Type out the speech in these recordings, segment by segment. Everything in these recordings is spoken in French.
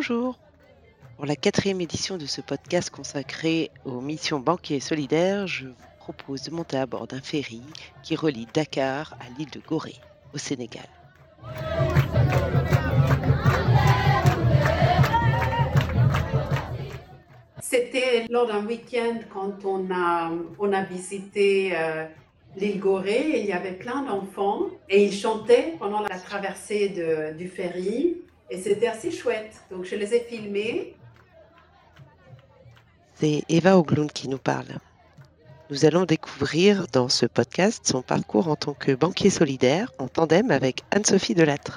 Bonjour. Pour la quatrième édition de ce podcast consacré aux missions banquiers solidaires, je vous propose de monter à bord d'un ferry qui relie Dakar à l'île de Gorée, au Sénégal. C'était lors d'un week-end quand on a visité l'île Gorée. Il y avait plein d'enfants et ils chantaient pendant la traversée du ferry et c'était assez chouette. Donc je les ai filmés. C'est Eva Oglund qui nous parle. Nous allons découvrir dans ce podcast son parcours en tant que banquier solidaire en tandem avec Anne-Sophie Delattre.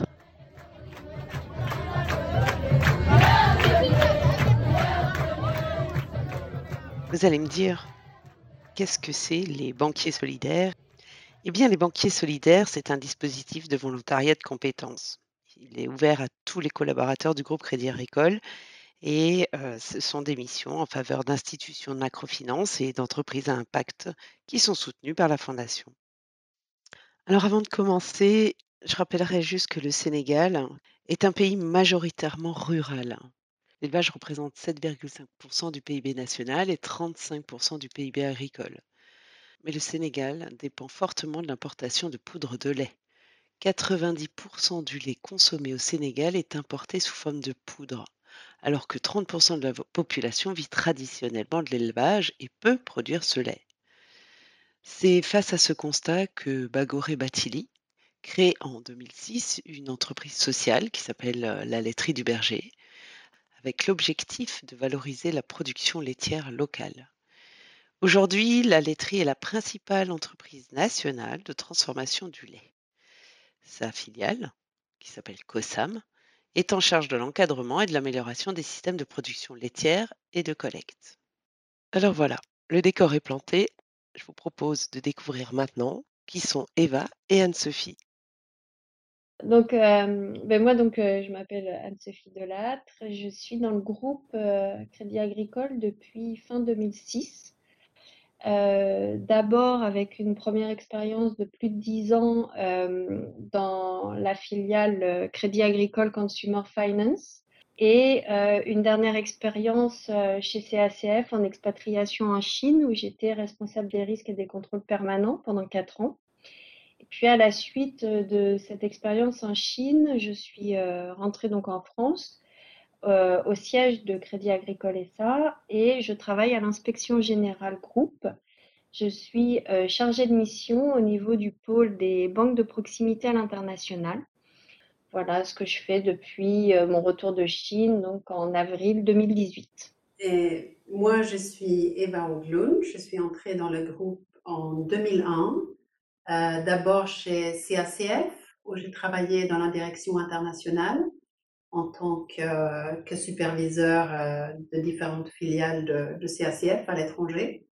Vous allez me dire, qu'est-ce que c'est les banquiers solidaires? Eh bien, les banquiers solidaires, c'est un dispositif de volontariat de compétences. Il est ouvert à tous les collaborateurs du groupe Crédit Agricole et ce sont des missions en faveur d'institutions de macrofinance et d'entreprises à impact qui sont soutenues par la Fondation. Alors avant de commencer, je rappellerai juste que le Sénégal est un pays majoritairement rural. L'élevage représente 7,5% du PIB national et 35% du PIB agricole. Mais le Sénégal dépend fortement de l'importation de poudre de lait. 90% du lait consommé au Sénégal est importé sous forme de poudre, alors que 30% de la population vit traditionnellement de l'élevage et peut produire ce lait. C'est face à ce constat que Bagoré Batili crée en 2006 une entreprise sociale qui s'appelle la laiterie du berger, avec l'objectif de valoriser la production laitière locale. Aujourd'hui, la laiterie est la principale entreprise nationale de transformation du lait. Sa filiale, qui s'appelle COSAM, est en charge de l'encadrement et de l'amélioration des systèmes de production laitière et de collecte. Alors voilà, le décor est planté. Je vous propose de découvrir maintenant qui sont Eva et Anne-Sophie. Je m'appelle Anne-Sophie Delattre. Je suis dans le groupe Crédit Agricole depuis fin 2006. D'abord avec une première expérience de plus de 10 ans dans la filiale Crédit Agricole Consumer Finance et une dernière expérience chez CACF en expatriation en Chine où j'étais responsable des risques et des contrôles permanents pendant 4 ans. Et puis à la suite de cette expérience en Chine, je suis rentrée donc en France au siège de Crédit Agricole SA et je travaille à l'inspection générale groupe. Je suis chargée de mission au niveau du pôle des banques de proximité à l'international. Voilà ce que je fais depuis mon retour de Chine, donc en avril 2018. Et moi, je suis Eva Oglund. Je suis entrée dans le groupe en 2001, d'abord chez CACF, où j'ai travaillé dans la direction internationale en tant que superviseur de différentes filiales de CACF à l'étranger.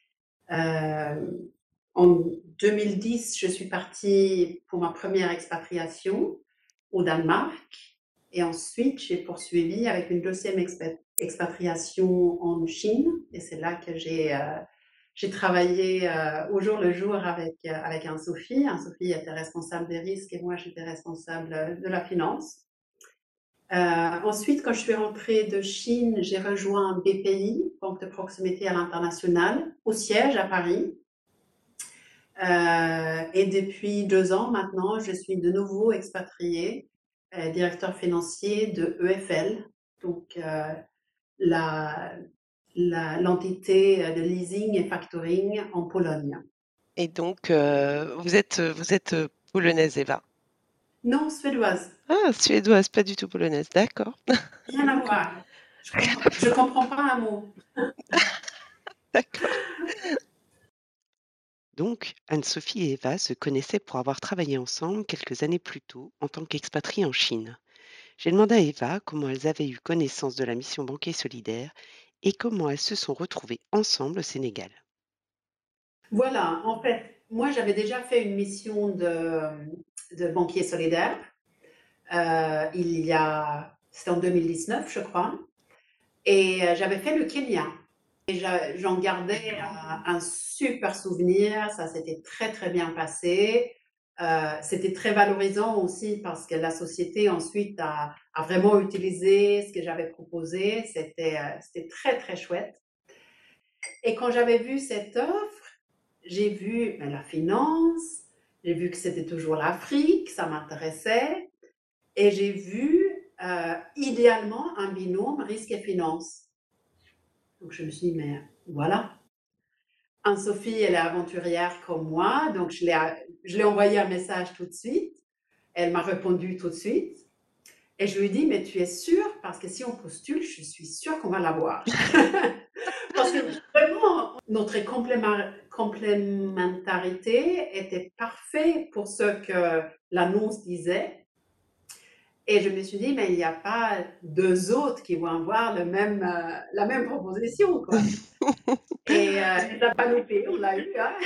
En 2010, je suis partie pour ma première expatriation au Danemark et ensuite j'ai poursuivi avec une deuxième expatriation en Chine et c'est là que j'ai travaillé au jour le jour avec Anne-Sophie. Anne-Sophie était responsable des risques et moi j'étais responsable de la finance. Ensuite, quand je suis rentrée de Chine, j'ai rejoint BPI, Banque de proximité à l'international, au siège à Paris. Et depuis 2 ans maintenant, je suis de nouveau expatriée, directeur financier de EFL, donc l'entité de leasing et factoring en Pologne. Et donc, vous êtes polonaise, Eva. Non, suédoise, Ah, suédoise, pas du tout polonaise, d'accord. rien à voir. Je comprends pas un mot. D'accord. Donc, Anne-Sophie et Eva se connaissaient pour avoir travaillé ensemble quelques années plus tôt en tant qu'expatriées en Chine. J'ai demandé à Eva comment elles avaient eu connaissance de la mission Banquier Solidaire et comment elles se sont retrouvées ensemble au Sénégal. Voilà, en fait, moi j'avais déjà fait une mission de banquier solidaire. C'était en 2019, je crois. Et j'avais fait le Kenya. Et j'en gardais un super souvenir. Ça s'était très, très bien passé. C'était très valorisant aussi parce que la société ensuite à vraiment utiliser ce que j'avais proposé. C'était très, très chouette. Et quand j'avais vu cette offre, j'ai vu la finance, j'ai vu que c'était toujours l'Afrique, ça m'intéressait, et j'ai vu idéalement un binôme risque et finance. Donc je me suis dit, mais voilà. Anne-Sophie, elle est aventurière comme moi, donc je l'ai envoyé un message tout de suite. Elle m'a répondu tout de suite. Et je lui ai dit, mais tu es sûre? Parce que si on postule, je suis sûre qu'on va l'avoir. Parce que vraiment, notre complémentarité était parfaite pour ce que l'annonce disait. Et je me suis dit, mais il n'y a pas deux autres qui vont avoir la même proposition, quoi. Et elle n'a pas loupé, on l'a eu, hein.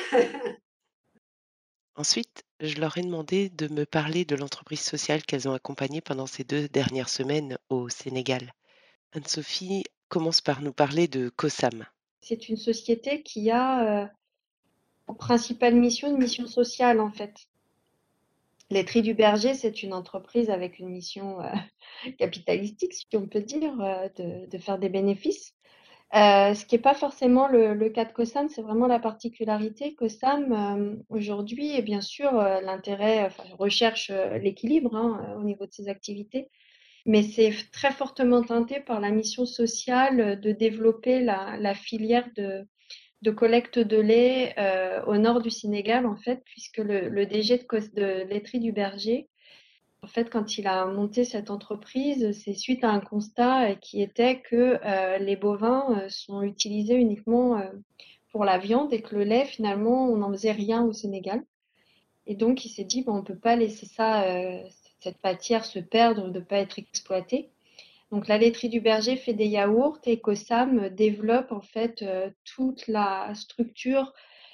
Ensuite, je leur ai demandé de me parler de l'entreprise sociale qu'elles ont accompagnée pendant ces 2 dernières semaines au Sénégal. Anne-Sophie commence par nous parler de COSAM. C'est une société qui a pour principale mission une mission sociale en fait. Les Tris du Berger, c'est une entreprise avec une mission capitalistique, si on peut dire, de faire des bénéfices. Ce qui n'est pas forcément le cas de COSAM, c'est vraiment la particularité. COSAM, aujourd'hui, est bien sûr l'intérêt, enfin, recherche l'équilibre hein, au niveau de ses activités, mais c'est très fortement teinté par la mission sociale de développer la filière de collecte de lait au nord du Sénégal, en fait, puisque le DG de laiterie du Berger, en fait, quand il a monté cette entreprise, c'est suite à un constat qui était que les bovins sont utilisés uniquement pour la viande et que le lait, finalement, on n'en faisait rien au Sénégal. Et donc, il s'est dit, bon, on ne peut pas laisser ça, cette matière se perdre, de ne pas être exploitée. Donc, la laiterie du Berger fait des yaourts et COSAM développe en fait toute la structure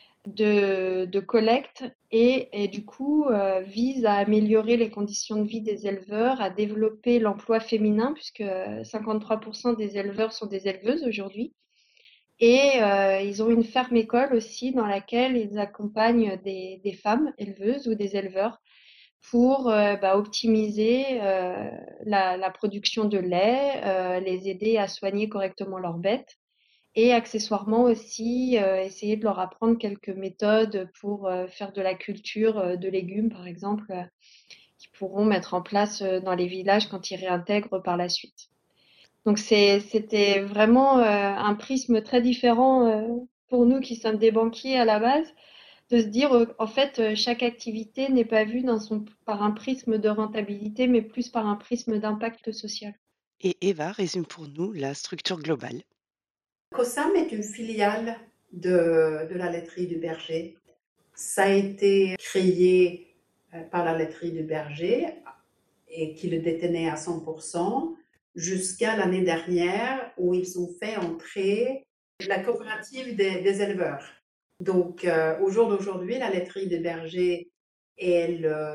de collecte et du coup vise à améliorer les conditions de vie des éleveurs, à développer l'emploi féminin puisque 53% des éleveurs sont des éleveuses aujourd'hui. Et ils ont une ferme école aussi dans laquelle ils accompagnent des femmes éleveuses ou des éleveurs pour optimiser la production de lait, les aider à soigner correctement leurs bêtes et accessoirement aussi essayer de leur apprendre quelques méthodes pour faire de la culture de légumes, par exemple, qu'ils pourront mettre en place dans les villages quand ils réintègrent par la suite. Donc c'était vraiment un prisme très différent pour nous qui sommes des banquiers à la base, de se dire en fait chaque activité n'est pas vue par un prisme de rentabilité, mais plus par un prisme d'impact social. Et Eva résume pour nous la structure globale. COSAM est une filiale de la laiterie du Berger. Ça a été créé par la laiterie du Berger et qui le détenait à 100% jusqu'à l'année dernière où ils ont fait entrer la coopérative des éleveurs. Donc, au jour d'aujourd'hui, la laiterie des bergers est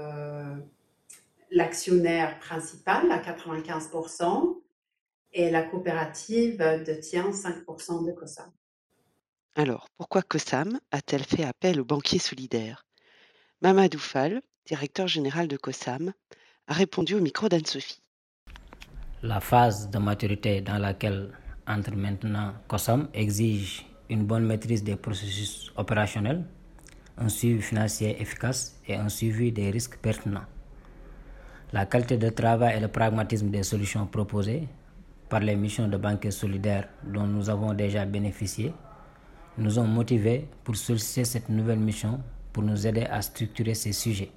l'actionnaire principal à 95% et la coopérative détient 5% de COSAM. Alors, pourquoi COSAM a-t-elle fait appel aux banquiers solidaires? Mamadou Fall, directeur général de COSAM, a répondu au micro d'Anne-Sophie. La phase de maturité dans laquelle entre maintenant COSAM exige une bonne maîtrise des processus opérationnels, un suivi financier efficace et un suivi des risques pertinents. La qualité de travail et le pragmatisme des solutions proposées par les missions de banquiers solidaires dont nous avons déjà bénéficié nous ont motivés pour solliciter cette nouvelle mission pour nous aider à structurer ces sujets.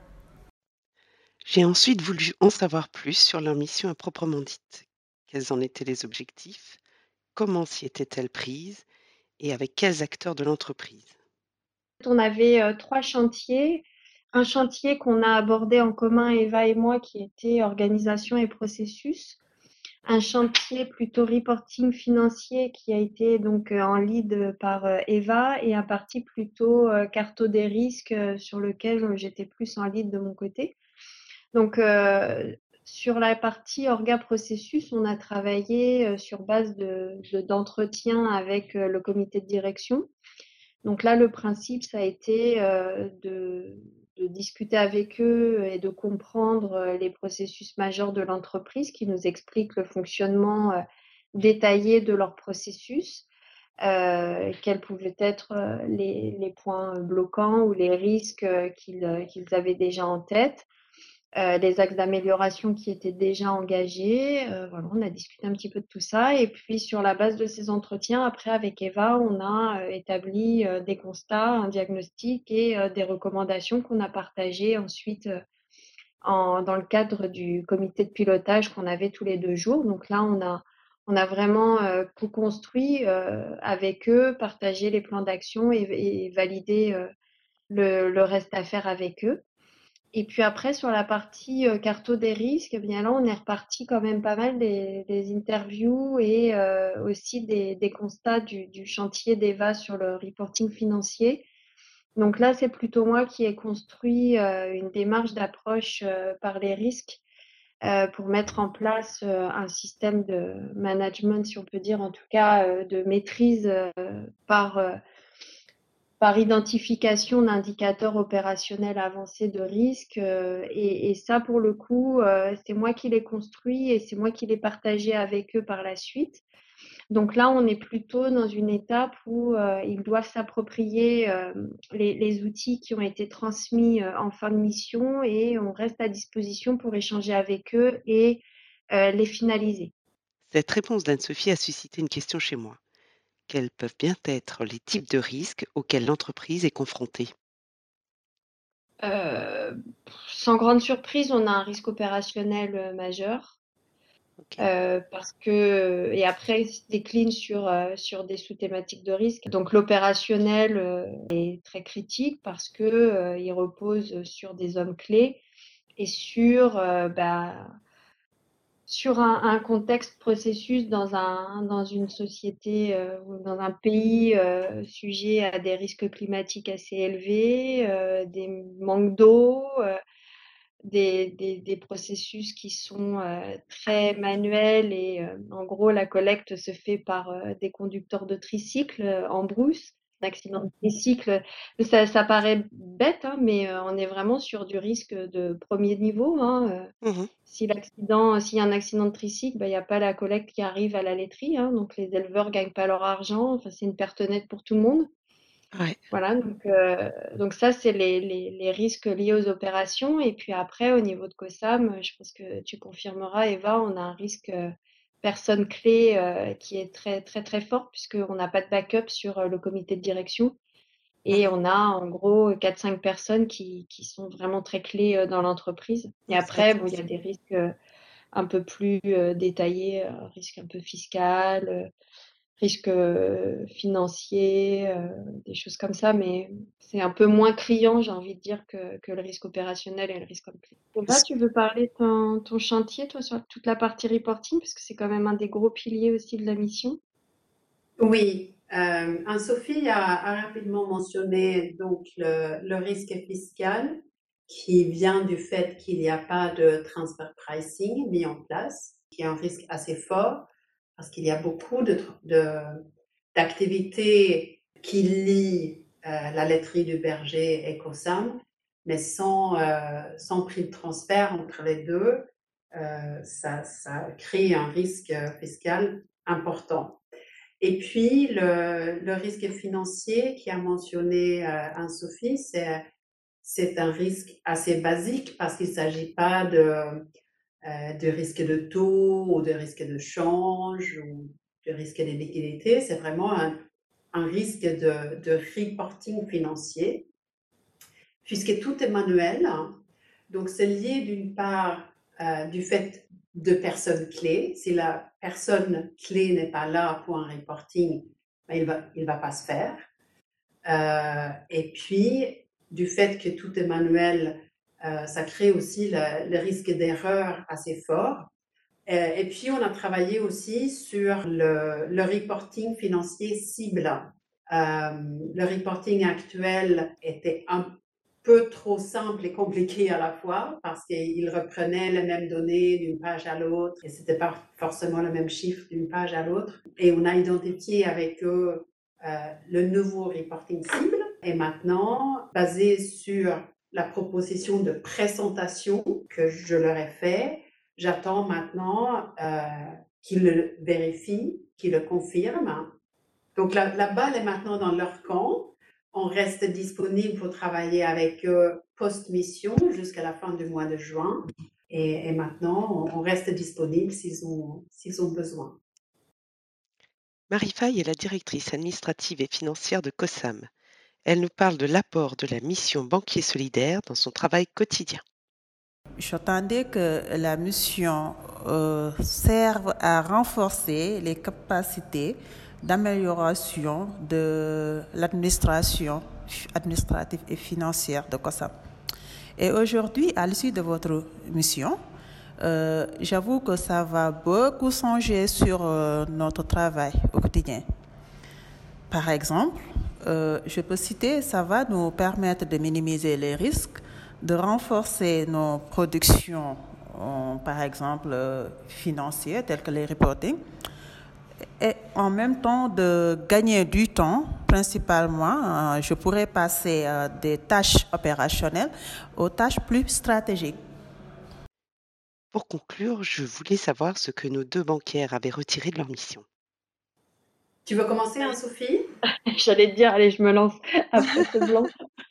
J'ai ensuite voulu en savoir plus sur leur mission à proprement dite. Quels en étaient les objectifs? Comment s'y étaient-elles prises? Et avec quels acteurs de l'entreprise? On avait 3 chantiers. Un chantier qu'on a abordé en commun, Eva et moi, qui était organisation et processus. Un chantier plutôt reporting financier qui a été donc en lead par Eva et un parti plutôt carto des risques sur lequel j'étais plus en lead de mon côté. Donc sur la partie orga processus, on a travaillé sur base d'entretien avec le comité de direction. Donc là, le principe, ça a été de discuter avec eux et de comprendre les processus majeurs de l'entreprise qui nous expliquent le fonctionnement détaillé de leur processus, quels pouvaient être les points bloquants ou les risques qu'ils avaient déjà en tête, les axes d'amélioration qui étaient déjà engagés. Voilà, on a discuté un petit peu de tout ça. Et puis, sur la base de ces entretiens, après, avec Eva, on a établi des constats, un diagnostic et des recommandations qu'on a partagées ensuite dans le cadre du comité de pilotage qu'on avait tous les 2 jours. Donc là, on a vraiment co-construit avec eux, partagé les plans d'action et validé le reste à faire avec eux. Et puis après, sur la partie carto des risques, eh bien là, on est reparti quand même pas mal des interviews et aussi des constats du chantier d'Eva sur le reporting financier. Donc là, c'est plutôt moi qui ai construit une démarche d'approche par les risques pour mettre en place un système de management, si on peut dire, en tout cas de maîtrise par identification d'indicateurs opérationnels avancés de risque. Et ça, pour le coup, c'est moi qui l'ai construit et c'est moi qui l'ai partagé avec eux par la suite. Donc là, on est plutôt dans une étape où ils doivent s'approprier les outils qui ont été transmis en fin de mission et on reste à disposition pour échanger avec eux et les finaliser. Cette réponse d'Anne-Sophie a suscité une question chez moi. Quels peuvent bien être les types de risques auxquels l'entreprise est confrontée? Euh, Sans grande surprise, on a un risque opérationnel majeur. OK. Parce que et après, il se décline sur des sous-thématiques de risque. Donc l'opérationnel est très critique parce que il repose sur des hommes clés et sur un contexte processus dans une société ou dans un pays sujet à des risques climatiques assez élevés, des manques d'eau, des processus qui sont très manuels et en gros, la collecte se fait par des conducteurs de tricycle en brousse. Un accident de tricycle, ça paraît bête, hein, mais on est vraiment sur du risque de premier niveau. Hein. Mmh. S'il y a un accident de tricycle, bah, il n'y a pas la collecte qui arrive à la laiterie, hein, donc les éleveurs gagnent pas leur argent. Enfin, c'est une perte nette pour tout le monde. Ouais. Voilà, donc ça, c'est les risques liés aux opérations. Et puis après, au niveau de COSAM, je pense que tu confirmeras, Eva, on a un risque personne clé qui est très, très, très fort, puisqu'on n'a pas de backup sur le comité de direction. Et Mmh. on a en gros 4-5 personnes qui sont vraiment très clés dans l'entreprise. Et C'est après, bon, il y a intéressant. des risques un peu plus détaillés, risque un peu fiscal, risque financier, des choses comme ça, mais c'est un peu moins criant, j'ai envie de dire, que le risque opérationnel et le risque clé. Eva, Est-ce tu veux parler de ton chantier, toi, sur toute la partie reporting, parce que c'est quand même un des gros piliers aussi de la mission. Oui, Anne-Sophie a rapidement mentionné donc le risque fiscal qui vient du fait qu'il n'y a pas de transfer pricing mis en place, qui est un risque assez fort parce qu'il y a beaucoup d'activités qui lient la laiterie du berger et COSAM, mais sans prix de transfert entre les deux, ça crée un risque fiscal important. Et puis, le risque financier qui a mentionné Anne-Sophie, c'est un risque assez basique parce qu'il ne s'agit pas de risque de taux ou de risque de change ou de risque de liquidité. C'est vraiment un risque de reporting financier puisque tout est manuel. Donc, c'est lié d'une part du fait de personnes clés. Si la personne clé n'est pas là pour un reporting, ben, il va pas se faire. Et puis, du fait que tout est manuel, ça crée aussi le risque d'erreur assez fort. Et puis, on a travaillé aussi sur le reporting financier cible. Le reporting actuel était un peu trop simple et compliqué à la fois parce qu'il reprenait les mêmes données d'une page à l'autre et c'était pas forcément le même chiffre d'une page à l'autre. Et on a identifié avec eux le nouveau reporting cible et maintenant, basé sur la proposition de présentation que je leur ai fait. J'attends maintenant qu'ils le vérifient, qu'ils le confirment. Donc la balle est maintenant dans leur camp. On reste disponible pour travailler avec eux post-mission jusqu'à la fin du mois de juin. Et maintenant, on reste disponible s'ils ont besoin. Marie Faye est la directrice administrative et financière de COSAM. Elle nous parle de l'apport de la mission Banquier Solidaire dans son travail quotidien. J'entendais que la mission serve à renforcer les capacités d'amélioration de l'administration administrative et financière de COSAM. Et aujourd'hui, à l'issue de votre mission, j'avoue que ça va beaucoup changer sur notre travail au quotidien. Par exemple, je peux citer, ça va nous permettre de minimiser les risques, de renforcer nos productions, par exemple financières, telles que les reporting, et en même temps de gagner du temps. Principalement, je pourrais passer des tâches opérationnelles aux tâches plus stratégiques. Pour conclure, je voulais savoir ce que nos 2 banquières avaient retiré de leur mission. Tu veux commencer, Anne-Sophie? J'allais te dire, allez, je me lance après ce blanc.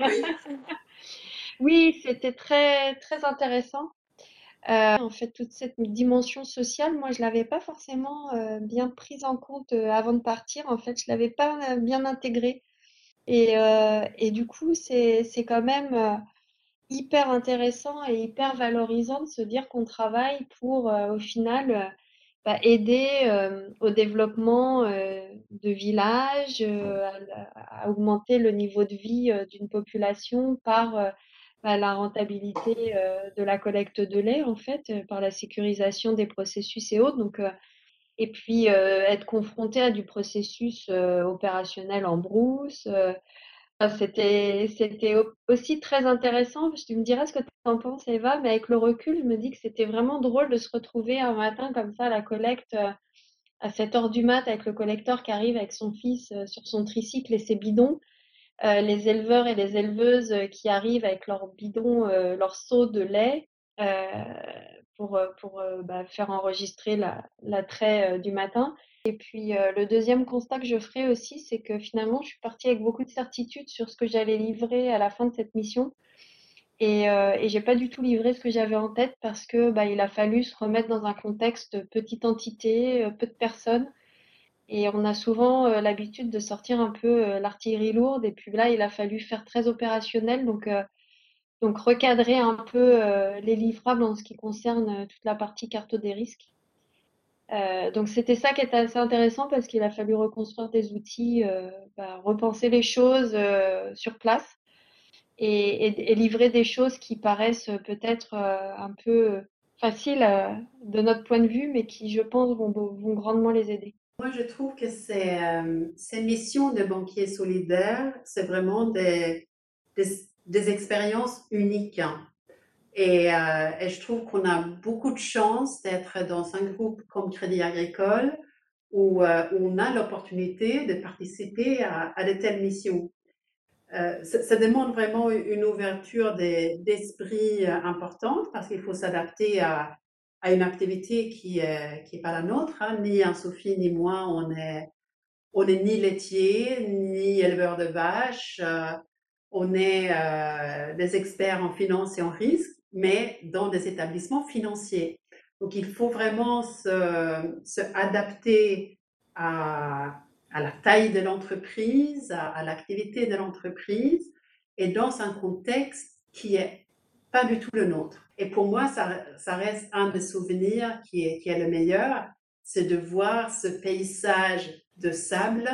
Oui, c'était très, très intéressant. En fait, toute cette dimension sociale, moi, je l'avais pas forcément bien prise en compte avant de partir. En fait, je l'avais pas bien intégrée. Et du coup, c'est quand même hyper intéressant et hyper valorisant de se dire qu'on travaille pour, au final, aider au développement de villages, à augmenter le niveau de vie d'une population par la rentabilité de la collecte de lait, en fait, par la sécurisation des processus et autres. Donc, et puis, être confronté à du processus opérationnel en brousse. C'était aussi très intéressant. Tu me diras ce que tu en penses, Eva, mais avec le recul, je me dis que c'était vraiment drôle de se retrouver un matin comme ça à la collecte à 7 heures du mat avec le collecteur qui arrive avec son fils sur son tricycle et ses bidons, les éleveurs et les éleveuses qui arrivent avec leurs bidons, leurs seaux de lait pour faire enregistrer l'attrait du matin. Et puis le deuxième constat que je ferai aussi, c'est que finalement, je suis partie avec beaucoup de certitude sur ce que j'allais livrer à la fin de cette mission. Et j'ai pas du tout livré ce que j'avais en tête parce que il a fallu se remettre dans un contexte petite entité, peu de personnes. Et on a souvent l'habitude de sortir un peu l'artillerie lourde. Et puis là, il a fallu faire très opérationnel. Donc recadrer un peu les livrables en ce qui concerne toute la partie carto des risques. Donc c'était ça qui était assez intéressant parce qu'il a fallu reconstruire des outils, repenser les choses sur place et livrer des choses qui paraissent peut-être un peu faciles de notre point de vue, mais qui, je pense, vont grandement les aider. Moi, je trouve que ces missions de banquiers solidaires, c'est vraiment des expériences uniques. Et je trouve qu'on a beaucoup de chance d'être dans un groupe comme Crédit Agricole où on a l'opportunité de participer à de telles missions. Ça demande vraiment une ouverture d'esprit importante parce qu'il faut s'adapter à une activité qui est pas la nôtre, hein. Ni Anne-Sophie ni moi, on est ni laitier, ni éleveur de vaches. On est des experts en finance et en risque, mais dans des établissements financiers. Donc, il faut vraiment se adapter à la taille de l'entreprise, à l'activité de l'entreprise, et dans un contexte qui est pas du tout le nôtre. Et pour moi, ça reste un des souvenirs qui est le meilleur, c'est de voir ce paysage de sable,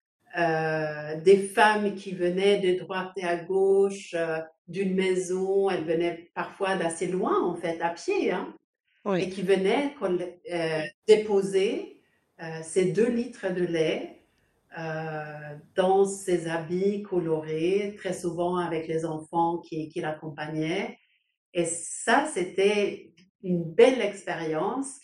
des femmes qui venaient de droite et à gauche d'une maison, elles venaient parfois d'assez loin en fait, à pied, hein, Oui. et qui venaient déposer ces 2 litres de lait dans ces habits colorés, très souvent avec les enfants qui l'accompagnaient. Et ça, c'était une belle expérience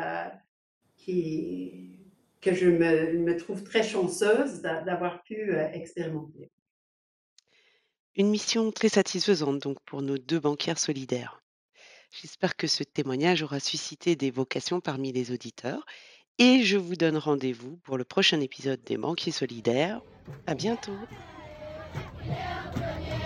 que je me trouve très chanceuse d'avoir pu expérimenter. Une mission très satisfaisante donc pour nos 2 banquières solidaires. J'espère que ce témoignage aura suscité des vocations parmi les auditeurs et je vous donne rendez-vous pour le prochain épisode des Banquiers solidaires. À bientôt.